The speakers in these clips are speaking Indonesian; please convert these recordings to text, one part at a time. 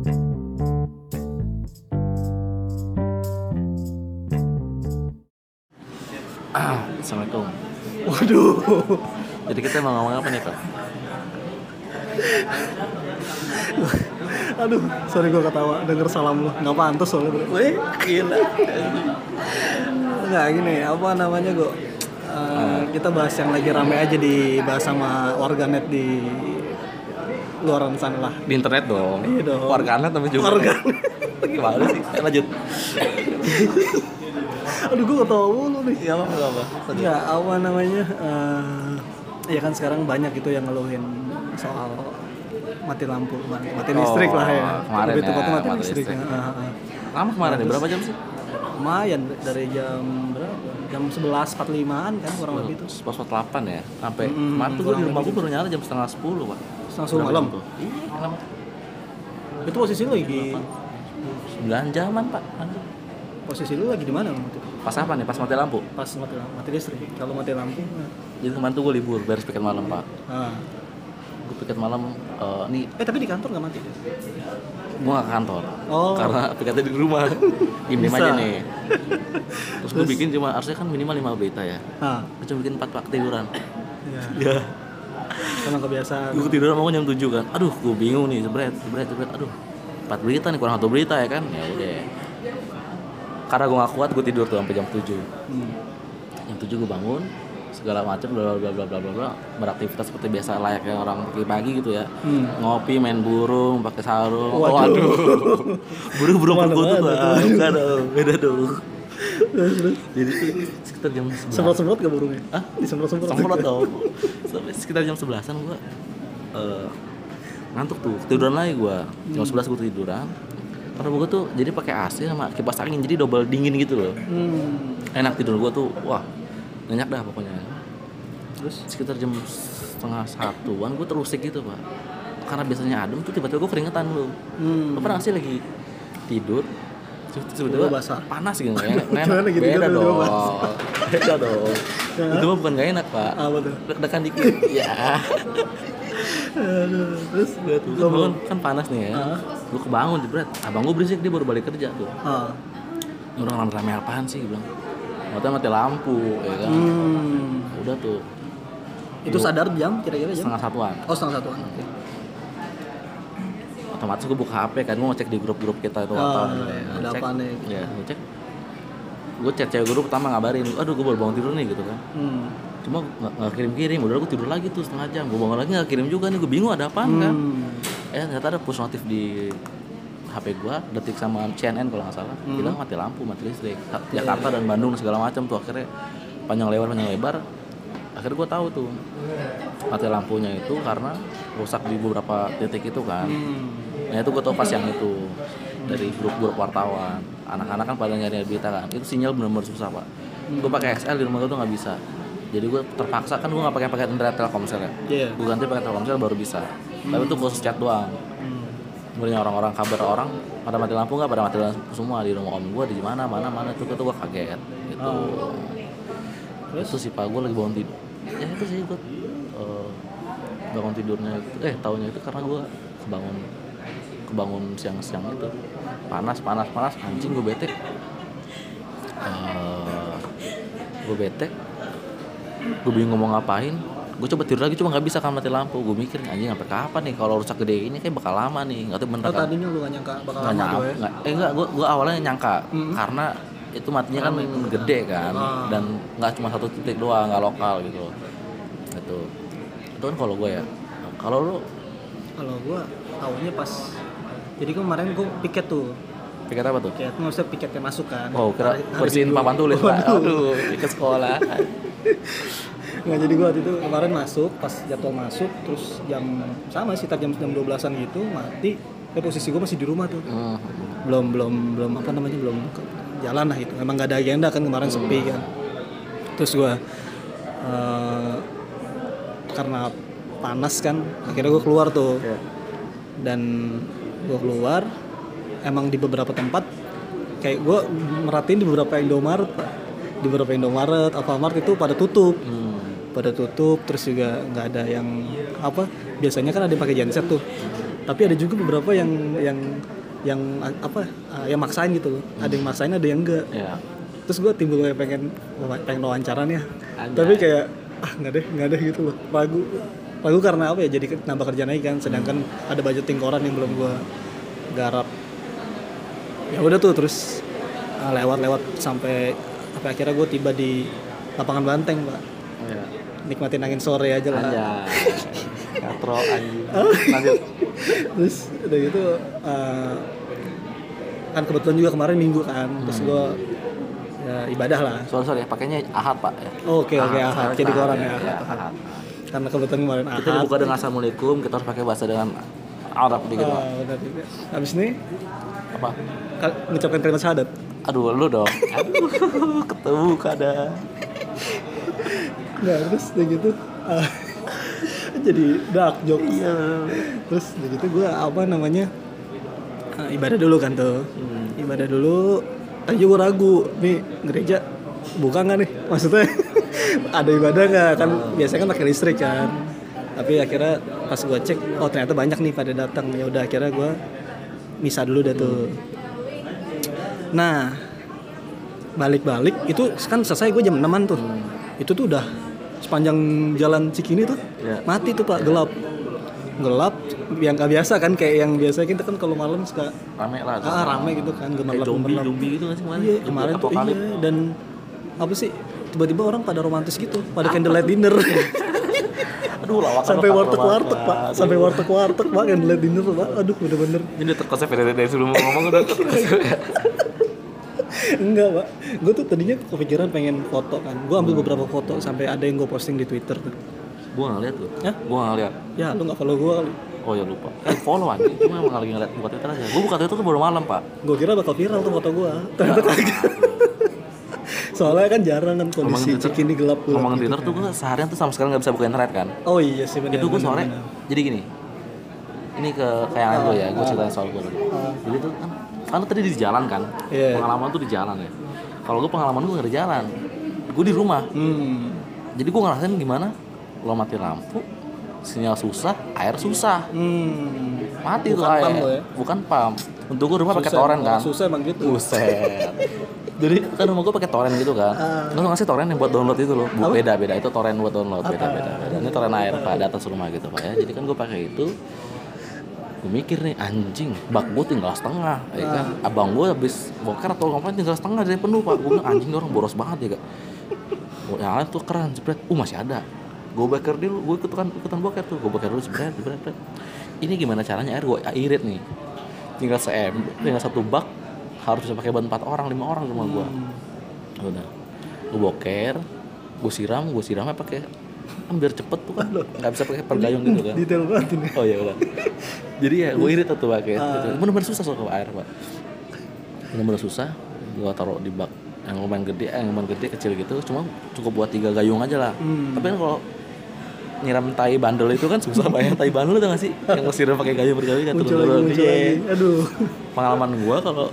Assalamualaikum. Waduh. Jadi kita mau ngomong apa nih, Pak? Aduh, sorry gue ketawa denger salam lu. Nggak pantas soalnya bro. Wih, gila. Nggak gini, apa namanya gue? Kita bahas yang lagi rame aja dibahas sama warganet di luaran sana lah. Di internet dong. Iya dong. Warganet tapi juga. Warganet. Gimana sih? Lanjut. Aduh, gue ketawa mulu nih. Iya, apa? Ya, apa namanya? Ya kan sekarang banyak itu yang ngeluhin soal mati lampu, mati listrik lah ya. Kemarin lebih ya, tepatnya mati mati listrik. listrik. Lama kemarin ya? Berapa jam sih? Lumayan dari jam berapa? Jam 11.45an kan kurang lebih tuh. Pas 8 ya. Sampai kemarin tuh gue di rumah gue baru nyala jam setengah 10, Pak. Setengah 10 malam. Iya, lama. Itu posisi lu lagi 9 jaman, Pak. posisi lu lagi di mana waktu itu? Pas apa nih? Pas mati lampu. Pas mati listrik. Kalau mati lampu. Jadi kemarin tuh gue libur, beres piket malam, Pak. Gue piket malam nih. Tapi di kantor nggak mati? Gue gak ke kantor. Karena piketnya di rumah. Diem aja nih. Terus gue bikin cuma harusnya kan minimal 5 berita ya. Gue cuma bikin 4 pak tiduran. Iya. Karena kebiasaan. Gue tiduran mau jam 7 kan. Aduh, gue bingung nih, jebret. Aduh, 4 berita nih, kurang 1 berita ya kan. Ya udah. Karena gue gak kuat, gue tidur tuh sampai jam 7. Jam 7 gue bangun, segala macam bla bla bla beraktivitas seperti biasa layaknya orang pagi-pagi gitu ya. Ngopi, main burung, pakai sarung. Waduh. Burung perkutut lah. Bukan dong, beda dong. Jadi sekitar jam 11. Semprot ke burungnya? Semprot dong. Sampai sekitar jam 11-an gue ngantuk tuh, tiduran lagi gue. Jam 11 gue tiduran. Karena gue tuh jadi pakai AC sama kipas angin, jadi double dingin gitu loh. Enak tidur gue tuh, wah nyenyak dah pokoknya. Terus sekitar jam 12:30an gue terusik gitu, Pak. Karena biasanya adem tuh tiba-tiba gue keringetan loh. Lo pernah sih lagi tidur tiba-tiba panas gitu, nggak enak. Beda dong. Itu mah bukan nggak enak, Pak. Deg-degan dikit. Ya. Terus gue bangun kan panas nih ya. Gue kebangun jebret. Abang gue berisik, dia baru balik kerja tuh. Orang rame apaan sih, gue bilang. Ternyata mati lampu, ya kan. Udah tuh. Itu sadar jam kira-kira jam? 1:30. Oh, 1:30. Oke. Otomatis gue buka HP kan, gue ngecek di grup-grup kita itu apa. Ada apa nih? Ya, ngecek. Gue chat cewek grup pertama ngabarin, aduh gue baru bangun tidur nih gitu kan. Cuma nggak kirim, udah gue tidur lagi tuh setengah jam. Gue bangun lagi nggak kirim juga nih, gue bingung ada apaan kan. Ternyata ada push notif di HP gue, Detik sama CNN kalau nggak salah, bilang mati lampu, mati listrik. Jakarta dan Bandung segala macam tuh, akhirnya panjang lebar. Akhirnya gue tahu tuh mati lampunya itu karena rusak di beberapa titik itu kan. Nah itu gue tahu pas yang itu dari grup wartawan. Anak-anak kan pada nyari berita kan, itu sinyal benar-benar susah, Pak. Gue pakai XL di rumah gue tuh nggak bisa. Jadi gue terpaksa, kan gue nggak pakai paket internet Telkomsel ya. Gue ganti pakai Telkomsel baru bisa. Tapi itu khusus chat doang. Kemudian orang-orang kabar orang pada mati lampu nggak, pada mati lampu semua di rumah om gue di mana itu gue kaget gitu. Itu sih, Pak, gue lagi bangun tidur. Ya itu sih gue bangun tidurnya tahunya itu karena gue kebangun siang-siang itu panas anjing, gue bete. Gue bingung ngomong ngapain. Gue coba tidur lagi cuma nggak bisa kan mati lampu. Gue mikir anjing sampai kapan nih, kalau rusak gede ini kayak bakal lama nih, nggak tahu bener kan. Tadinya lu nggak nyangka bakal lama tuh ya? Gue awalnya nyangka karena itu matinya kan gede kan, dan nggak cuma satu titik doang, nggak lokal gitu. Itu kan kalau gue ya. Kalau lu? Kalau gue tahunya pas, jadi kemarin gue piket tuh. Piket apa tuh? Piket, maksudnya piketnya masuk kan. Oh, kira bersihin papan tulis, Pak. Aduh, piket sekolah. Nggak, jadi gue waktu itu kemarin masuk, pas jadwal masuk, terus jam 12-an gitu mati. Posisi gue masih di rumah tuh. Belum apa namanya, belum jalan lah itu. Memang nggak ada agenda kan, kemarin sepi kan. Terus gue karena panas kan, akhirnya gue keluar tuh. Dan gue keluar, emang di beberapa tempat kayak gue merhatiin di beberapa Indomaret, Alfamart itu pada tutup. Terus juga nggak ada yang apa, biasanya kan ada yang pakai genset tuh. Tapi ada juga beberapa yang yang maksain gitu loh. Ada yang maksain, ada yang enggak. Ya. Terus gue timbul kayak pengen wawancara nih. Tapi kayak nggak deh gitu loh. Ragu karena apa ya? Jadi nambah kerjaan aja kan. Sedangkan ada budgeting koran yang belum gue garap. Ya udah tuh terus lewat sampai akhirnya gue tiba di lapangan Banteng, Pak. Ya. Nikmatin angin sore aja lah. Katro anjing. Lanjut. Terus udah gitu kan kebetulan juga kemarin Minggu kan. Terus gue ya ibadah lah. Sorry ya, pakainya Ahad, Pak ya. Oke, Ahad. Jadi koran ya. Ahad. Karena kebetulan kemarin Ahad. Kita dibuka dengan Assalamualaikum, kita harus pakai bahasa dengan Arab dikit, Pak. Benar juga. Habis ini Apa? Ngucapkan kalimat syahadat. Aduh, lu dong. Aduh, ketemu kadang. Nah, terus udah gitu jadi dark jokes. Iya. Terus udah gitu gue ibadah dulu kan tuh. Ibadah dulu. Tadi gue ragu, nih gereja buka nggak nih? Maksudnya ada ibadah nggak? Kan biasanya kan pakai listrik kan. Tapi akhirnya pas gue cek, oh ternyata banyak nih pada datang. Ya udah akhirnya gue misa dulu dah tuh. Nah, balik itu kan selesai gue jam 6-an tuh. Itu tuh udah sepanjang jalan Cikini tuh mati tuh Pak, gelap yang gak biasa kan, kayak yang biasa kita kan kalau malam suka rame lah. Rame gitu kan, gemerlap zombie gitu kan sih kemarin. Iya, kemarin tuh iya, dan apa sih tiba-tiba orang pada romantis gitu, pada candlelight dinner. Aduh, lawakan sampai warteg Pak, sampai warteg Pak, candlelight dinner Pak. Aduh, bener-bener. Ini terkonsep dari sebelum ngomong udah terkonsep. Enggak Pak, gue tuh tadinya kepikiran pengen foto kan. Gue ambil beberapa foto sampai ada yang gue posting di Twitter tuh. Gue gak ngeliat tuh. Hah? Gue gak ngeliat. Ya lu gak follow gue kali. Oh ya lupa. Follow aja. Cuma emang lagi ngeliat buka Twitter aja. Gue buka Twitter tuh baru malam, Pak. Gue kira bakal viral tuh foto gue. Ternyata kagak. Soalnya kan jarang kan kondisi Cikini gelap. Ngomongin Twitter tuh gue seharian tuh sama sekali gak bisa buka internet kan. Oh iya sih bener. Itu gue sore. Jadi gini. Ini kekayangan gue ya. Gue ceritain soal gue dulu. Jadi tuh kan karena tadi di jalan kan. Pengalaman tuh di jalan ya. Kalau gue pengalaman gue gak di jalan. Gue di rumah. Jadi gue ngerasain gimana lo mati lampu, sinyal susah, air susah. Mati bukan tuh air. Ya? Bukan pump. Untuk gue rumah pakai torrent kan. Susah emang gitu. Buset. Jadi kan rumah gue pakai torrent gitu kan. Lo ngasih torrent yang buat download itu loh. Beda itu torrent buat download beda. Ini torrent air Pak, di atas rumah gitu Pak ya. Jadi kan gue pakai itu. Gue mikir nih anjing, bak gue tinggal setengah, ya kan? Abang gue habis boker atau ngapain tinggal setengah dari penuh Pak. Gue bilang anjing orang boros banget ya kak. Yang lain tuh keren, jebret. Masih ada. Gue boker dulu, gue ikutan boker tuh. Gue boker dulu jebret. Ini gimana caranya air gue irit nih. Tinggal satu bak harus bisa pakai ban 4 orang, 5 orang rumah gue. Udah. Gue boker, gue siramnya pakai kan biar cepet tuh kan nggak bisa pakai pergayung gitu kan. Detail banget ini. Oh ya udah. Jadi ya gue irit tuh pakai. Bener-bener susah soal air Pak. Bener-bener susah. Gue taruh di bak yang lumayan gede kecil gitu. Cuma cukup buat 3 gayung aja lah. Tapi kan kalau nyiram tai bandel itu kan susah Pak ya. Tai bandel tuh nggak sih? Yang ngesiram pakai gayung berkali kan turun. Aduh. Pengalaman gue kalau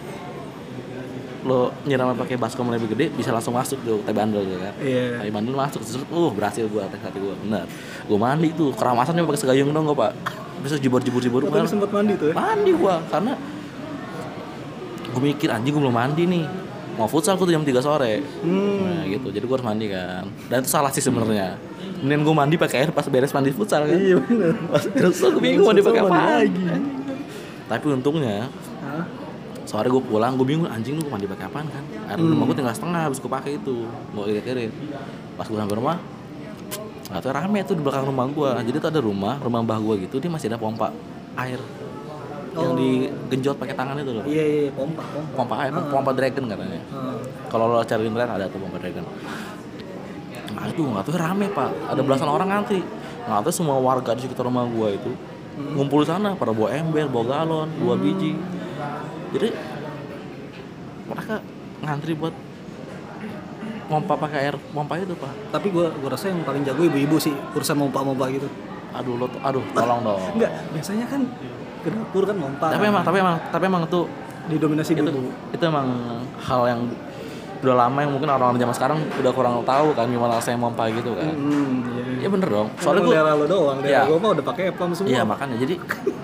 lo nyiram pakai baskom lebih gede bisa langsung masuk tuh tai bandel gitu kan. Tai bandel masuk terus berhasil gue atas hati gue. Bener. Gue mandi tuh keramasannya pakai segayung dong gue Pak. Bisa jebur. Tapi sempet mandi tuh ya? Mandi gue karena gue mikir anjing gue belum mandi nih. Mau futsal gue tuh jam 3 sore. Nah gitu. Jadi gue harus mandi kan. Dan itu salah sih sebenarnya. Kemudian gue mandi pakai air pas beres mandi futsal kan. Iya bener. Terus gue bingung mandi pakai apa lagi. Tapi untungnya sore gue pulang, gue bingung anjing lu mandi pakai apaan kan? Air rumah gue tinggal setengah, habis gue pakai itu, gue irit. Pas gue sampai rumah, nggak tahu rame tuh di belakang rumah gue. Jadi tuh ada rumah mbah gue gitu, dia masih ada pompa air yang digenjot pakai tangan itu loh. Iya, pompa air, pompa dragon katanya. Kalau lo cari internet ada tuh pompa dragon. Nah itu nggak tahu rame Pak, ada belasan orang ngantri. Nggak tahu semua warga di sekitar rumah gue itu ngumpul di sana, pada bawa ember, bawa galon, 2 biji. Jadi mereka ngantri buat pompa pakai air pompa itu Pak. Tapi gue rasa yang paling jago ibu-ibu sih urusan pompa gitu. Aduh tolong dong. Enggak, biasanya kan ke dapur kan pompa. Tapi emang itu didominasi ibu. Itu emang hal yang udah lama yang mungkin orang-orang zaman sekarang udah kurang tahu kan gimana rasanya pompa gitu kan. Iya bener dong. Soalnya gue daerah lo doang, daerah gue mah udah pakai pom semua. Iya makanya jadi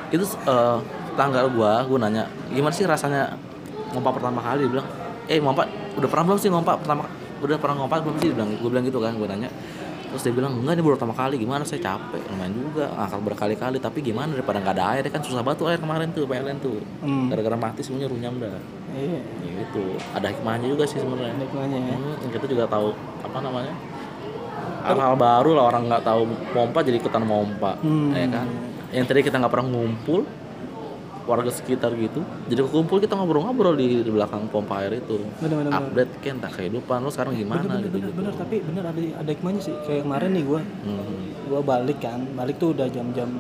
itu tetangga gue nanya gimana sih rasanya ngompa pertama kali. Dia bilang ngompa udah pernah belum sih ngompa udah pernah ngompa belum sih. Gue bilang gitu kan, gue nanya. Terus dia bilang enggak, ini baru pertama kali. Gimana, saya capek lumayan juga ngakal berkali-kali, tapi gimana daripada nggak ada air kan, susah banget tuh air kemarin tuh PLN tuh. Gara-gara mati semuanya runyam dah. Iya. Gitu. Ada hikmahnya juga sih sebenarnya. Hikmahnya ya. Kita juga tahu apa namanya, hal-hal baru lah, orang nggak tahu pompa jadi ikutan pompa, ya kan. Yang tadi kita nggak pernah ngumpul warga sekitar gitu, jadi kumpul kita ngobrol-ngobrol di belakang pompa air itu. Bener. Update kan tak kehidupan lo sekarang gimana gitu. Bener, tapi bener ada hikmahnya sih. Kayak kemarin nih gue balik tuh udah jam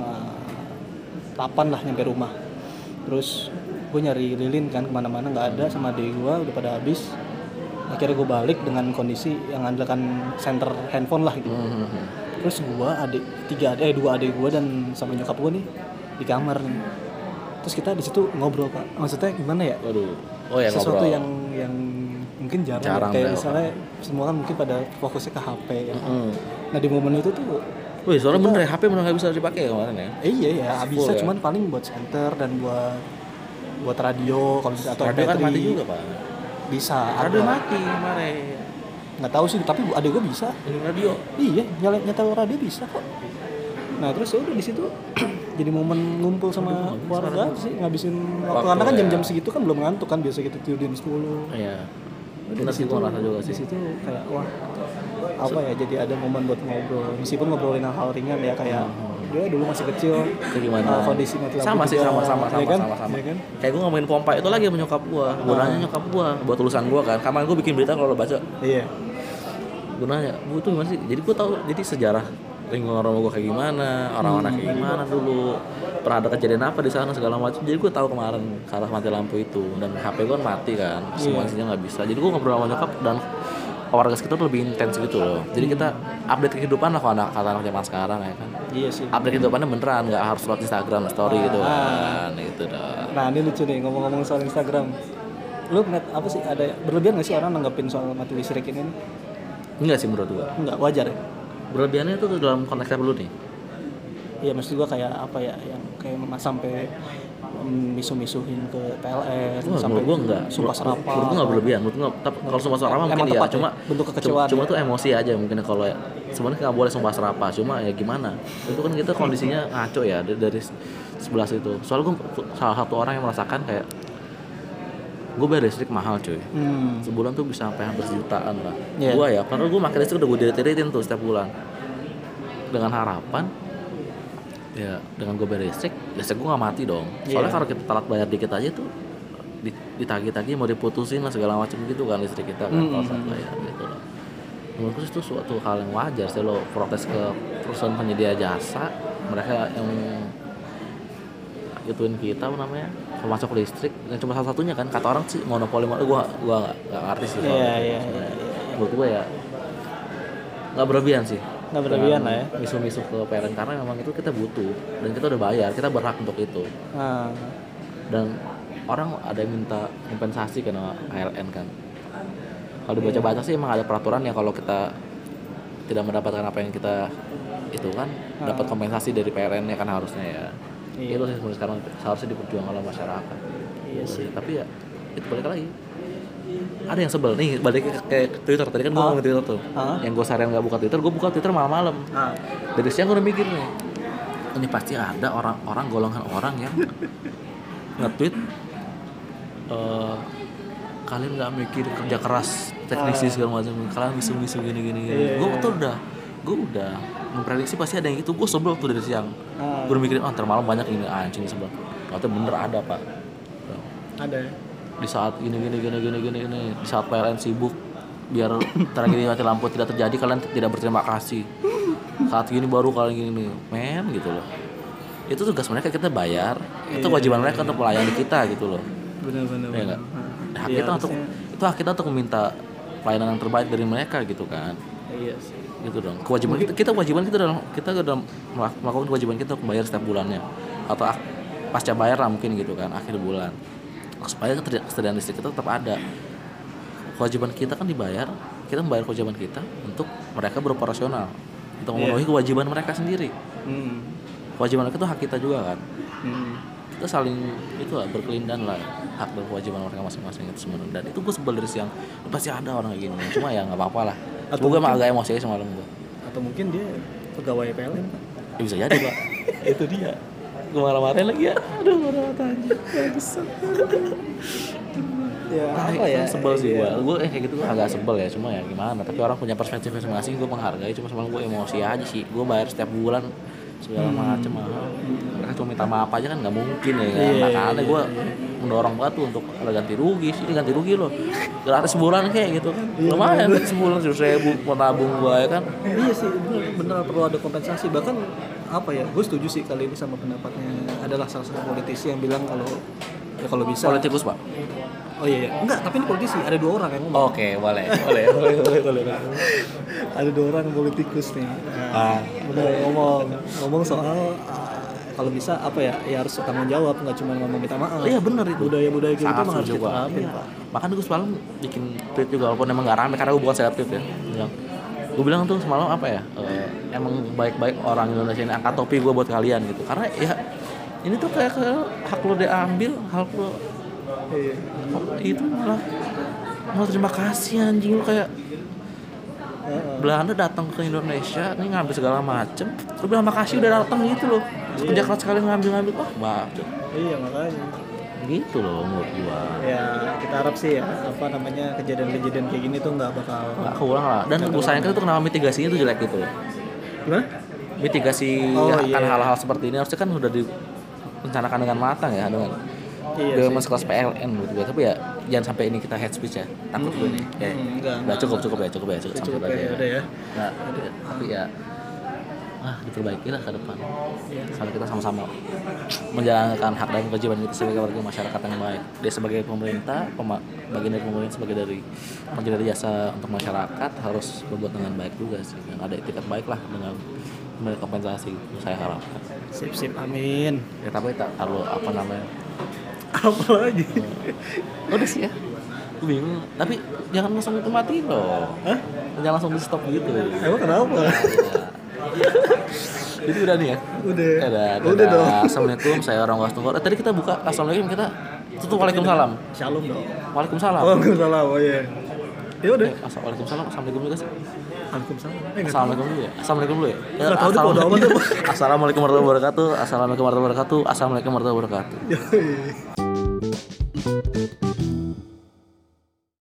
7:30 lah nyampe rumah. Terus gue nyari lilin kan kemana-mana nggak ada, sama adik gue udah pada habis. Akhirnya gue balik dengan kondisi yang andalkan center handphone lah gitu. Terus gue dua adik gue dan sama nyokap gue nih di kamar nih. Terus kita di situ ngobrol, Pak. Maksudnya gimana ya? Sesuatu ngobrol. yang mungkin jarang kayak misalnya semua kan mungkin pada fokusnya ke HP ya. Nah di momen itu tuh soalnya bener ya, HP bener nggak bisa dipakai kemarin ya. Iya ya, bisa cuman paling buat center dan buat radio kalau bisa, atau radio kan mati juga, Pak. Bisa. Radio mati kemarin. Nggak tahu sih, tapi adik gue bisa. Radio. Iya, nyetel radio bisa kok. Nah terus ya udah di situ jadi momen ngumpul sama keluarga sih, ngabisin waktu karena kan jam-jam segitu kan belum ngantuk kan, biasa kita tidur jam 10. Iya. Benar sih, gue ngerasa juga sih. Di situ kayak wah apa ya, jadi ada momen buat ngobrol, meskipun ngobrolin hal ringan ya, kayak dia dulu masih kecil gimana kondisi mati lampu sama juga, sih sama ya kan? Kayak gue ngomongin pompa itu lagi sama nyokap gue nanya nyokap gue buat tulisan gue kan, kemarin gue bikin berita kalau lo baca. Iya. Gue nanya, bu itu gimana sih? Jadi gue tahu jadi sejarah lingkungan rumah gue kayak gimana, orang-orang kayak gimana dulu, pernah ada kejadian apa di sana segala macam. Jadi gue tahu kemarin kalah mati lampu itu, dan HP gue mati kan, semua isinya nggak bisa. Jadi gue ngobrol sama nyokap dan warga sekitar lebih intens gitu loh. Jadi kita update kehidupan lah kalau anak zaman sekarang ya kan. Iya sih. Update kehidupannya beneran, nggak harus lewat Instagram story gitu kan, gitu dah. Nah ini lucu nih ngomong-ngomong soal Instagram. Lu ngeliat apa sih, ada berlebihan nggak sih orang nanggepin soal mati listrik ini? Enggak sih menurut gue. Enggak, wajar ya. Berlebihannya itu dalam konteksnya dulu nih. Iya, maksud gua kayak apa ya, yang kayak sampai misuh-misuhin ke PLN, sampai menurut gua enggak. Sumpah serapah. Menurut gua enggak berlebihan. Menurut gua kalau sumpah serapah mungkin ya, cuma bentuk kekecewaan. Cuma tuh emosi aja mungkin, kalau ya sebenarnya enggak boleh sumpah serapah, cuma ya gimana? Itu kan kita kondisinya ngaco ya dari sebelah situ. Soalnya gua salah satu orang yang merasakan kayak gue bayar listrik mahal cuy, sebulan tuh bisa sampai hampir sejutaan lah. Gue ya, karena gue makin listrik udah gue diritin tuh setiap bulan, dengan harapan ya dengan gue bayar listrik gue nggak mati dong. Soalnya kalau kita telat bayar dikit aja tuh ditagih-tagih mau diputusin lah segala macam gitu kan listrik kita kan, kalau saat bayar gitu lah. Menurutku itu suatu hal yang wajar sih lo protes ke perusahaan penyedia jasa, mereka yang gituin kita apa namanya, masuk listrik yang cuma salah satunya kan, kata orang sih monopoli. Gua nggak ngerti sih. Iya. Menurut gua ya nggak berlebihan sih. Nggak berlebihan lah ya. Misu-misu ke PLN karena memang itu kita butuh dan kita udah bayar, kita berhak untuk itu. Dan orang ada yang minta kompensasi karena PLN kan. Kalau dibaca-baca sih emang ada peraturan ya, kalau kita tidak mendapatkan apa yang kita itu kan dapat kompensasi dari PLN ya kan, harusnya ya. Itu sih sekarang seharusnya diperjuangkan oleh masyarakat. Iya sih. Tapi ya itu balik lagi. Ada yang sebel nih, balik ke Twitter. Tadi kan gue ngomong Twitter tuh. Yang gue seharian nggak buka Twitter, gue buka Twitter malam-malam. Dari siang gue udah mikir nih, ini pasti ada orang golongan orang yang nge-tweet kalian nggak mikir kerja keras teknisi segala macam, kalian misu-misu gini. Gue udah memprediksi pasti ada yang itu. Gue sebel tuh dari siang. Gue mikirin ntar malam banyak ini anjing sebel. Ternyata bener ada pak. Ada. Di saat gini. Di saat PLN sibuk biar tragedi mati lampu tidak terjadi, kalian tidak berterima kasih. Saat gini baru kalian gini, men gitu loh. Itu tugas mereka, kita bayar. Itu kewajiban mereka untuk melayani kita gitu loh. Benar. Ya enggak? Hak kita itu hak kita untuk meminta pelayanan yang terbaik dari mereka gitu kan. Iya sih. Gitu dong. Kewajiban kita udah melakukan kewajiban kita untuk bayar setiap bulannya atau pasca bayar lah mungkin gitu kan, akhir bulan, supaya kesediaan listrik kita tetap ada. Kewajiban kita kan dibayar, kita membayar kewajiban kita untuk mereka beroperasional, untuk memenuhi kewajiban mereka sendiri. Kewajiban mereka itu hak kita juga kan. Kita saling itu lah, berkelindan lah hak dan kewajiban mereka masing-masing itu sebenarnya. Dan itu gue sebel dari siang, pasti ada orang kayak gini, cuma ya nggak apa-apa lah. Gue emang agak emosi aja semalam gue. Atau mungkin dia pegawai PLN kan? Ya, bisa jadi pak. Itu dia. Gue marah-marahin lagi ya. Aduh marah-marah aja. Ya apa ya? Sebel sih gue kayak gitu gue agak sebel ya, cuma ya gimana. Tapi orang punya perspektif masing-masing, gue menghargai. Cuma semalam gue emosi aja sih. Gue bayar setiap bulan segala macam mahal. Mereka cuma minta maaf aja kan nggak mungkin ya kan. Makanya gue mendorong banget tuh untuk ada ganti rugi sih, ganti rugi loh. Gratis sebulan kayak gitu kan. Lumayan sebulan 100.000 mau tabung gue ya kan. Iya sih benar perlu ada kompensasi. Bahkan apa ya, gue setuju sih kali ini sama pendapatnya adalah salah satu politisi yang bilang kalau bisa politikus pak. Oh iya, enggak, tapi ini politisi, ada 2 orang yang ngomong. Oke, boleh. Ada 2 orang politikus nih. Bener ngomong soal kalau bisa apa ya harus tanggung jawab, nggak cuma ngomong minta maaf. Iya benar itu. Budaya gitu sangat emang harus juga. diterapin, Pak. Makanya gue semalam bikin tweet juga walaupun emang nggak rame karena gue bukan seleb tweet ya. Gue bilang tuh semalam apa ya? Emang baik-baik orang Indonesia ini angkat topi gue buat kalian gitu. Karena ya ini tuh kayak hak lo diambil, hak lo itu malah terima kasih anjing. Lo kayak Belanda datang ke Indonesia nih ngambil segala macem, lu bilang makasih udah datang gitu loh. Kerja keras sekali ngambil bacot. Iya makanya gitu loh menurut gua. Ya kita harap sih ya kejadian-kejadian kayak gini tuh nggak keulang lah. Dan gue sayangkan itu kenapa mitigasinya tuh jelek gitu loh. Gimana? Mitigasi akan hal-hal seperti ini harusnya kan udah direncanakan dengan matang ya dengan kelas PLN gitu. Tapi ya jangan sampai ini kita head speech ya, takut gue nih udah cukup sampai udah ya. Nah, tapi ya diperbaiki lah ke depan karena kita sama-sama menjalankan hak dan kewajiban kita sebagai warga masyarakat yang baik. Dia sebagai pemerintah, bagian dari pemerintah, bagian dari jasa untuk masyarakat harus berbuat dengan baik juga sih, dan ada etikat baik lah dengan kompensasi saya harapkan. Sip amin ya. Tapi kalau apa namanya apa lagi udah sih ya, gue bingung. Tapi jangan langsung dimatiin loh. Jangan langsung di stop gitu. Emang kenapa? Jadi udah nih ya. Udah dong. Assalamualaikum, saya orang Wastunggor. Tadi kita buka assalamualaikum, kita tutup waalaikumsalam. Shalom dong. Waalaikumsalam. Oh iya. Ya udah. Waalaikumsalam, assalamualaikum juga sih. Waalaikumsalam. Assalamualaikum dulu ya. Assalamualaikum dulu ya. Assalamualaikum warahmatullahi wabarakatuh. Assalamualaikum warahmatullahi wabarakatuh. Assalamualaikum warahmatullahi wabarakatuh.